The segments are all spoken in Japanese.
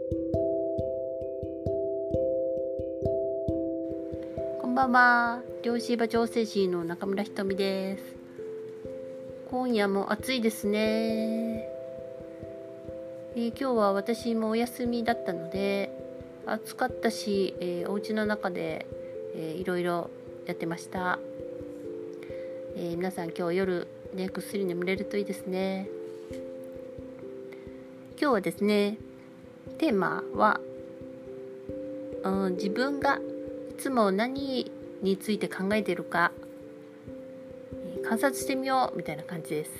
こんばんは、量子場調整士の中村ひとみです。今夜も暑いですね。今日は私もお休みだったので暑かったし、お家の中で、いろいろやってました。皆さん今日夜ね、ぐっすり眠れるといいですね。今日はですね、テーマは、自分がいつも何について考えているか、観察してみようみたいな感じです。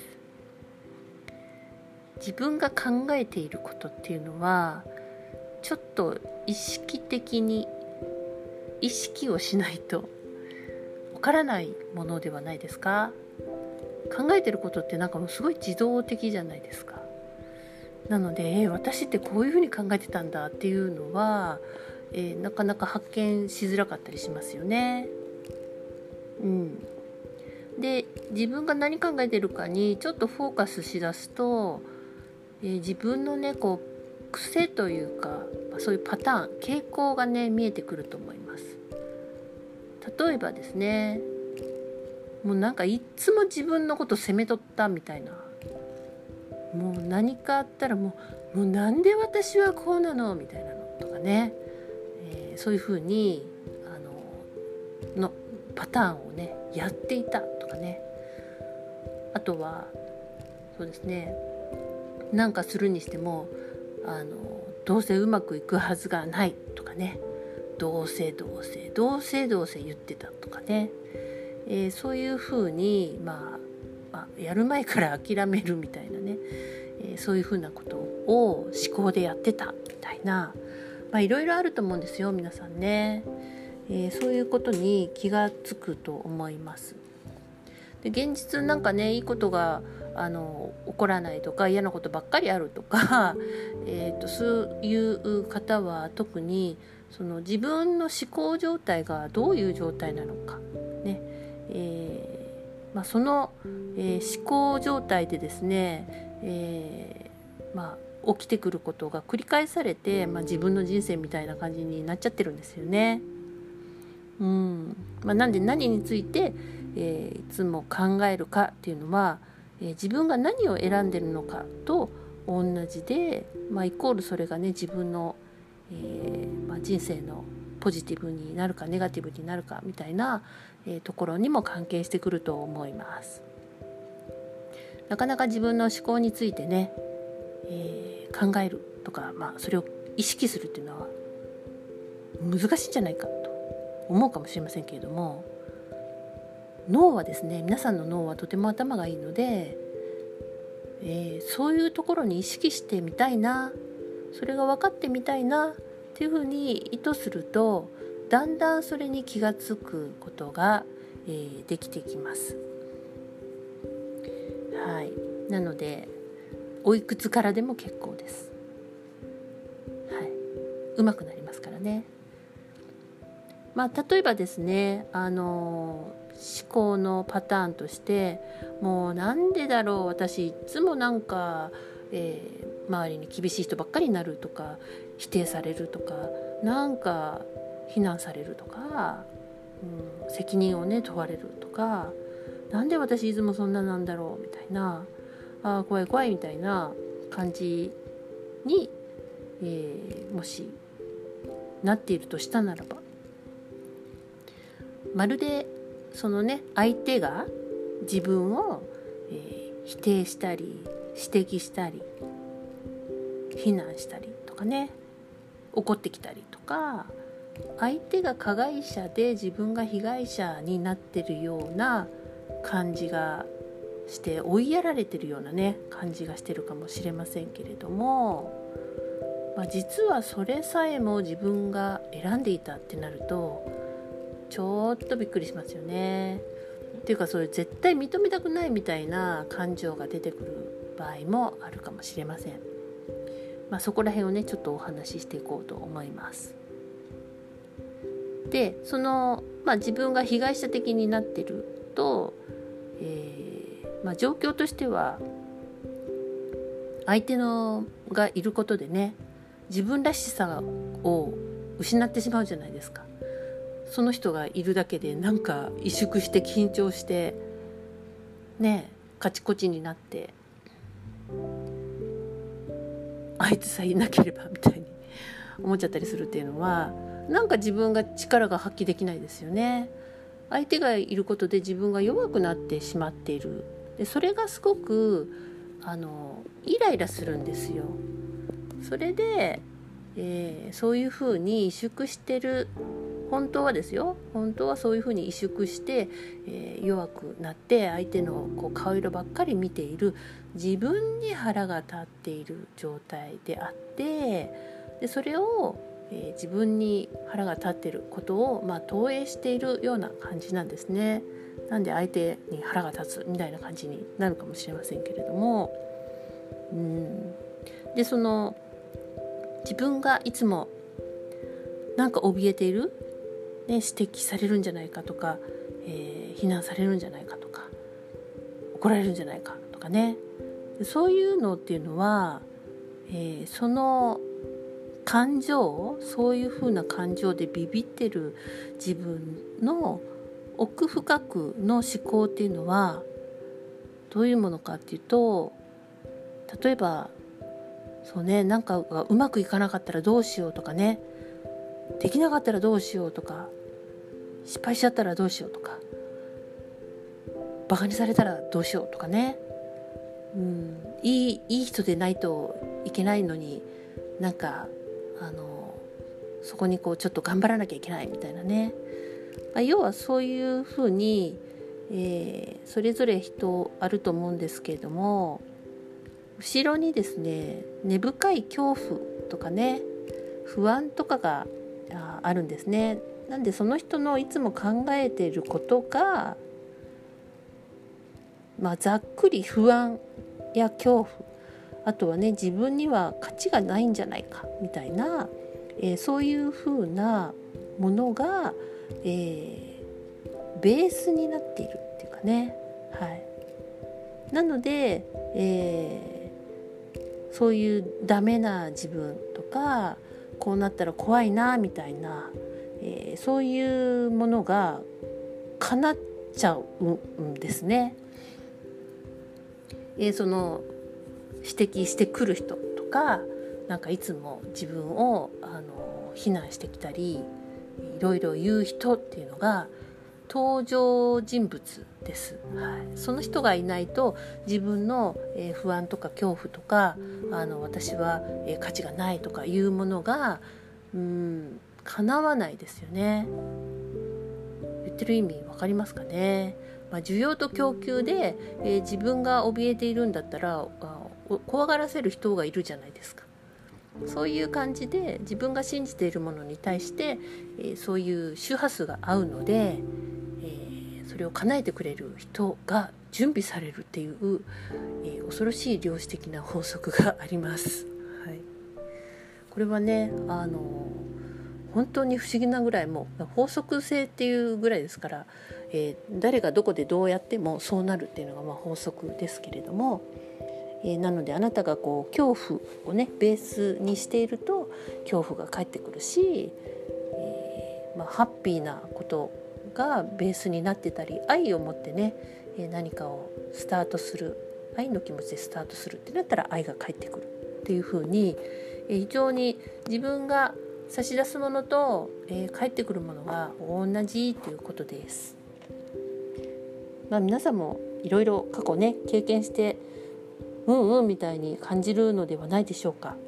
自分が考えていることっていうのはちょっと意識的に意識をしないとわからないものではないですか。考えてることってなんかもうすごい自動的じゃないですか。なので、私ってこういうふうに考えてたんだっていうのは、なかなか発見しづらかったりしますよね。で、自分が何考えてるかにちょっとフォーカスしだすと、自分のね、こう癖というか、そういうパターン、傾向がね見えてくると思います。例えばですね、もうなんかいつも自分のこと責めとったみたいな、もう何かあったらもうなんで私はこうなのみたいなのとかね、そういうふうにのパターンをねやっていたとかね。あとはそうですね、なんかするにしてもどうせうまくいくはずがないとかね、どうせ言ってたとかね、そういうふうに、やる前から諦めるみたいなね、そういうふうなことを思考でやってたみたいな、いろいろあると思うんですよ、皆さんね。そういうことに気がつくと思います。で、現実なんかね、いいことが起こらないとか、嫌なことばっかりあるとかそういう方は特にその自分の思考状態がどういう状態なのかね、その、思考状態でですね、起きてくることが繰り返されて、自分の人生みたいな感じになっちゃってるんですよね。なんで何について、いつも考えるかっていうのは、自分が何を選んでるのかと同じで、イコールそれがね、自分の、人生のポジティブになるかネガティブになるかみたいな、ところにも関係してくると思います。なかなか自分の思考についてね、考えるとか、それを意識するっていうのは難しいんじゃないかと思うかもしれませんけれども、脳はですね、皆さんの脳はとても頭がいいので、そういうところに意識してみたいな、それが分かってみたいなっていうふうに意図すると、だんだんそれに気がつくことが、できてきます。はい、なのでおいくつからでも結構です。はい、うまくなりますからね。例えばですね、思考のパターンとして、もうなんでだろう、私いつもなんか、周りに厳しい人ばっかりになるとか、否定されるとか、なんか非難されるとか、責任をね問われるとか、なんで私いつもそんななんだろうみたいな、怖い怖いみたいな感じに、もしなっているとしたならば、まるでそのね、相手が自分を、否定したり指摘したり非難したりとかね、怒ってきたりとか、相手が加害者で自分が被害者になってるような感じがして、追いやられてるようなね感じがしてるかもしれませんけれども、実はそれさえも自分が選んでいたってなるとちょっとびっくりしますよね。っていうか、それ絶対認めたくないみたいな感情が出てくる場合もあるかもしれません。そこら辺をねちょっとお話ししていこうと思います。で、その、自分が被害者的になってると、状況としては相手のがいることでね、 自分らしさを失ってしまうじゃないですか。その人がいるだけでなんか萎縮して緊張してね、カチコチになって、あいつさえいなければみたいに思っちゃったりするっていうのは、なんか自分が力が発揮できないですよね。相手がいることで自分が弱くなってしまっている。でそれがすごくイライラするんですよ。それで、そういうふうに萎縮してる、本当はですよ、本当はそういうふうに萎縮して、弱くなって相手の顔色ばっかり見ている自分に腹が立っている状態であって、でそれを、自分に腹が立っていることを、投影しているような感じなんですね。なんで相手に腹が立つみたいな感じになるかもしれませんけれども、でその自分がいつもなんか怯えている、指摘されるんじゃないかとか、非難されるんじゃないかとか、怒られるんじゃないかとかね、そういうのっていうのは、その感情、そういう風な感情でビビってる自分の奥深くの思考っていうのはどういうものかっていうと、例えばそうね、なんかがうまくいかなかったらどうしようとかね、できなかったらどうしようとか、失敗しちゃったらどうしようとか、バカにされたらどうしようとかね、いい人でないといけないのに、なんかそこにちょっと頑張らなきゃいけないみたいなね、要はそういうふうに、それぞれ人あると思うんですけれども、後ろにですね、根深い恐怖とかね、不安とかがあるんですね。なんでその人のいつも考えていることが、ざっくり不安や恐怖、あとはね、自分には価値がないんじゃないかみたいな、そういうふうなものが、ベースになっているっていうかね、なので、そういうダメな自分とか、こうなったら怖いなみたいな、そういうものが叶っちゃうんですね。その指摘してくる人とか、なんかいつも自分を非難してきたり、いろいろ言う人っていうのが登場人物です。その人がいないと自分の不安とか恐怖とか、私は価値がないとかいうものが叶わないですよね。言ってる意味わかりますかね。需要と供給で、自分が怯えているんだったら怖がらせる人がいるじゃないですか。そういう感じで自分が信じているものに対して、そういう周波数が合うので、それを叶えてくれる人が準備されるっていう、恐ろしい量子的な法則があります。これはね、本当に不思議なぐらい、もう法則性っていうぐらいですから、誰がどこでどうやってもそうなるっていうのが法則ですけれども、なのであなたが恐怖をねベースにしていると恐怖が返ってくるし、ハッピーなことがベースになってたり、愛を持ってね、何かをスタートする、愛の気持ちでスタートするってなったら愛が返ってくるっていう風に、非常に自分が差し出すものと、返ってくるものが同じということです。皆さんもいろいろ過去ね経験してみたいに感じるのではないでしょうか。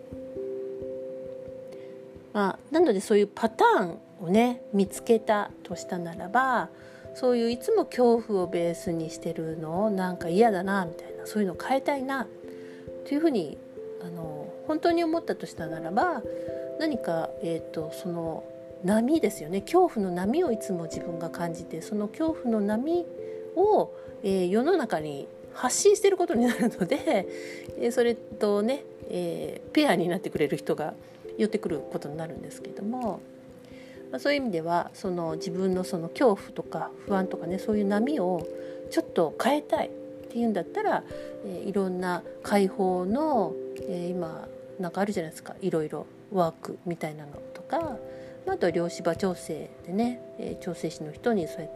なのでそういうパターンをね見つけたとしたならば、そういういつも恐怖をベースにしてるのをなんか嫌だなみたいな、そういうのを変えたいなというふうに本当に思ったとしたならば、何か、その波ですよね、恐怖の波をいつも自分が感じて、その恐怖の波を、世の中に発信していることになるので、それとね、ペアになってくれる人が寄ってくることになるんですけれども、そういう意味ではその自分のその恐怖とか不安とかね、そういう波をちょっと変えたいっていうんだったら、いろんな解放の、今なんかあるじゃないですか、いろいろワークみたいなのとか、あとは量子場調整でね、調整師の人にそうやって、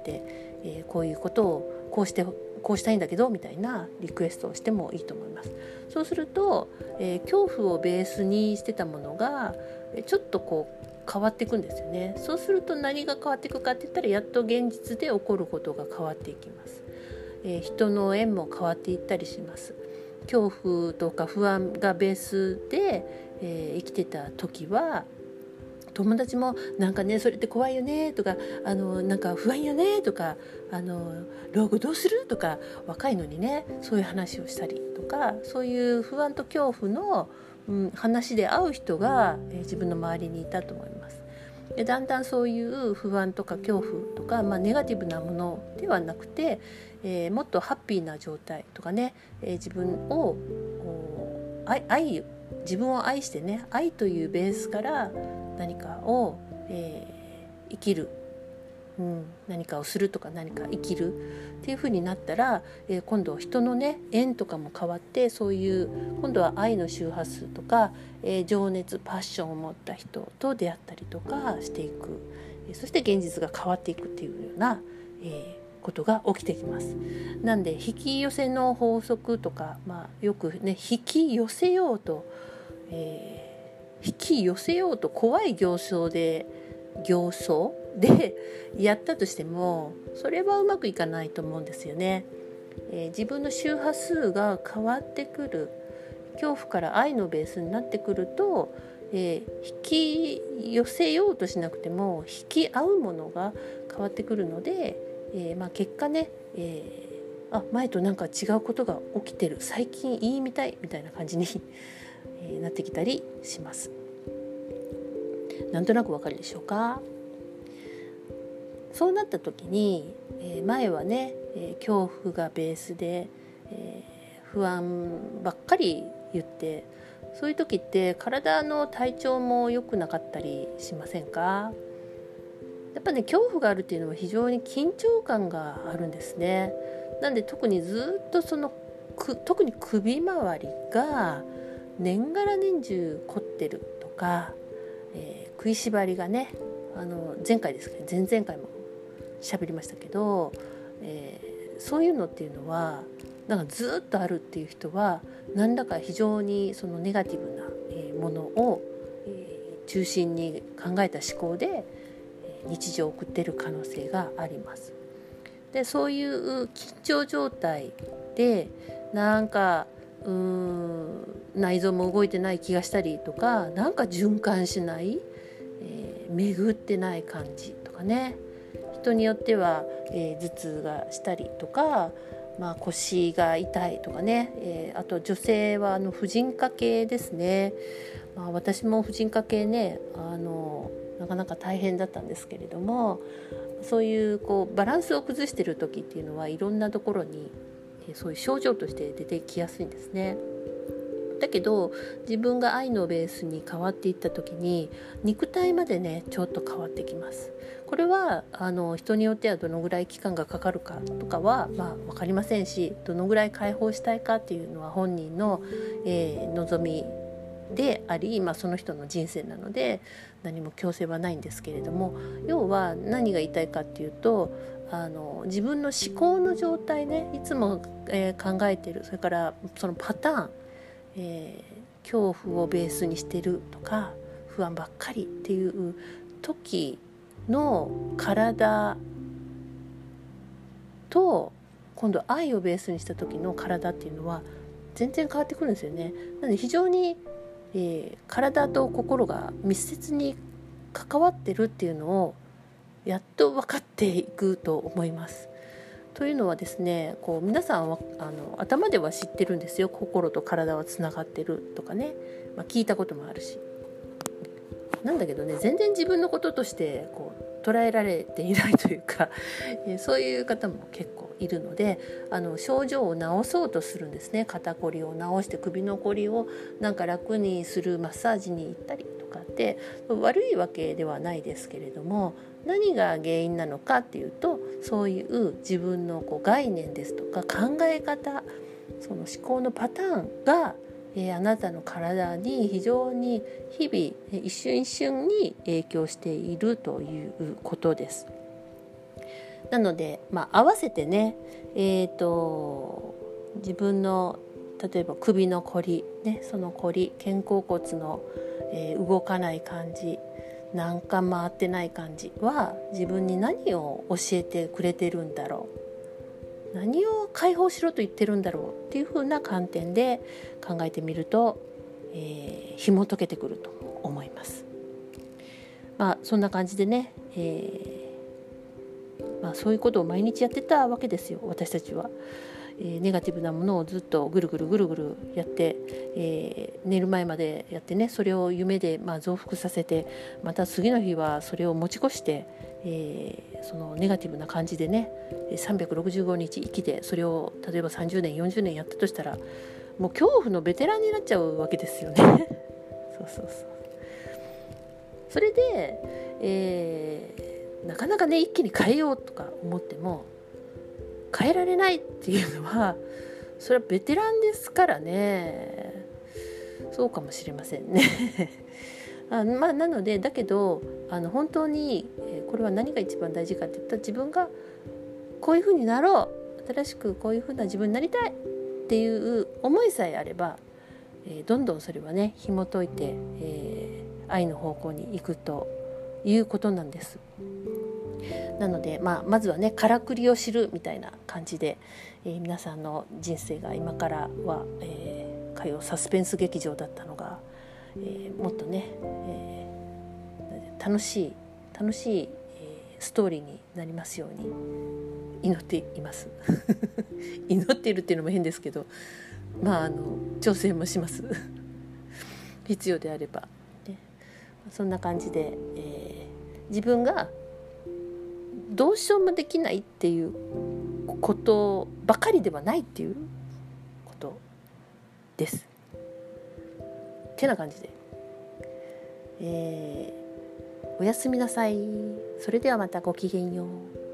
こういうことをこうしたいんだけどみたいなリクエストをしてもいいと思います。そうすると、恐怖をベースにしてたものがちょっとこう変わっていくんですよね。そうすると何が変わっていくかって言ったら、やっと現実で起こることが変わっていきます。人の縁も変わっていったりします。恐怖とか不安がベースで、生きてた時は、友達もなんかねそれって怖いよねとか、なんか不安よねとか、老後どうするとか、若いのにねそういう話をしたりとか、そういう不安と恐怖の、話で合う人が、自分の周りにいたと思います。でだんだんそういう不安とか恐怖とか、ネガティブなものではなくて、もっとハッピーな状態とかね、自分を愛してね、愛というベースから何かを、生きる、何かをするとか何か生きるっていう風になったら、今度は人のね縁とかも変わって、そういう今度は愛の周波数とか、情熱パッションを持った人と出会ったりとかしていく、そして現実が変わっていくっていうような、ことが起きてきます。なんで引き寄せの法則とか、よくね引き寄せようと怖い形相でやったとしても、それはうまくいかないと思うんですよね。自分の周波数が変わってくる、恐怖から愛のベースになってくると、引き寄せようとしなくても引き合うものが変わってくるので、結果ね、前となんか違うことが起きてる、最近いいみたいみたいな感じになってきたりします。なんとなくわかるでしょうか。そうなった時に、前はね、恐怖がベースで、不安ばっかり言って、そういう時って体の体調も良くなかったりしませんか。やっぱね、恐怖があるっていうのは非常に緊張感があるんですね。なんで特にずっと特に首周りが年がら年中凝ってるとか、食いしばりがね、前回ですかね、前々回も喋りましたけど、そういうのっていうのはなんかずっとあるっていう人は、何らか非常にそのネガティブなものを中心に考えた思考で日常を送っている可能性があります。でそういう緊張状態でなんか内臓も動いてない気がしたりとか、なんか循環しない、巡ってない感じとかね、人によっては、頭痛がしたりとか、腰が痛いとかね、あと女性は婦人科系ですね。私も婦人科系ね、なかなか大変だったんですけれども、そういうバランスを崩している時っていうのはいろんなところにそういう症状として出てきやすいんですね。だけど自分が愛のベースに変わっていった時に肉体までねちょっと変わってきます。これは人によってはどのぐらい期間がかかるかとかは分かりませんし、どのぐらい解放したいかっていうのは本人の、望みであり、その人の人生なので何も強制はないんですけれども、要は何が言いたいかっていうと、自分の思考の状態ね、いつも、考えている、それからそのパターン、恐怖をベースにしてるとか不安ばっかりっていう時の体と、今度愛をベースにした時の体っていうのは全然変わってくるんですよね。なので非常に、体と心が密接に関わってるっていうのをやっと分かっていくと思います。というのはですね、皆さんは頭では知ってるんですよ。心と体はつながってるとかね、聞いたこともあるし、なんだけどね、全然自分のこととして捉えられていないというかそういう方も結構いるので、症状を治そうとするんですね。肩こりを治して首のこりをなんか楽にするマッサージに行ったりとかって悪いわけではないですけれども、何が原因なのかっていうと、そういう自分の概念ですとか考え方、その思考のパターンが、 あなたの体に非常に日々一瞬一瞬に影響しているということです。なので、合わせてね、自分の例えば首のこり、ね、そのこり、肩甲骨の、動かない感じ、なんか回ってない感じは自分に何を教えてくれてるんだろう、何を解放しろと言ってるんだろうっていう風な観点で考えてみると、紐解けてくると思います。そんな感じでね、そういうことを毎日やってたわけですよ、私たちは。ネガティブなものをずっとぐるぐるやって、寝る前までやってね、それを夢で増幅させて、また次の日はそれを持ち越して、そのネガティブな感じでね365日生きて、それを例えば30年40年やったとしたら、もう恐怖のベテランになっちゃうわけですよねそうそれで、なかなかね一気に変えようとか思っても変えられないっていうのは、それはベテランですからね。そうかもしれませんねなので、だけど本当にこれは何が一番大事かって言ったら、自分がこういう風になろう、新しくこういう風な自分になりたいっていう思いさえあれば、どんどんそれはね紐解いて、愛の方向に行くということなんです。なので、まずはねからくりを知るみたいな感じで、皆さんの人生が今からは、火曜サスペンス劇場だったのが、もっとね、楽しい、ストーリーになりますように祈っています祈っているっていうのも変ですけど、挑戦もします必要であれば、ね、そんな感じで、自分がどうしようもできないっていうことばかりではないっていうことです。てな感じで、おやすみなさい。それではまたごきげんよう。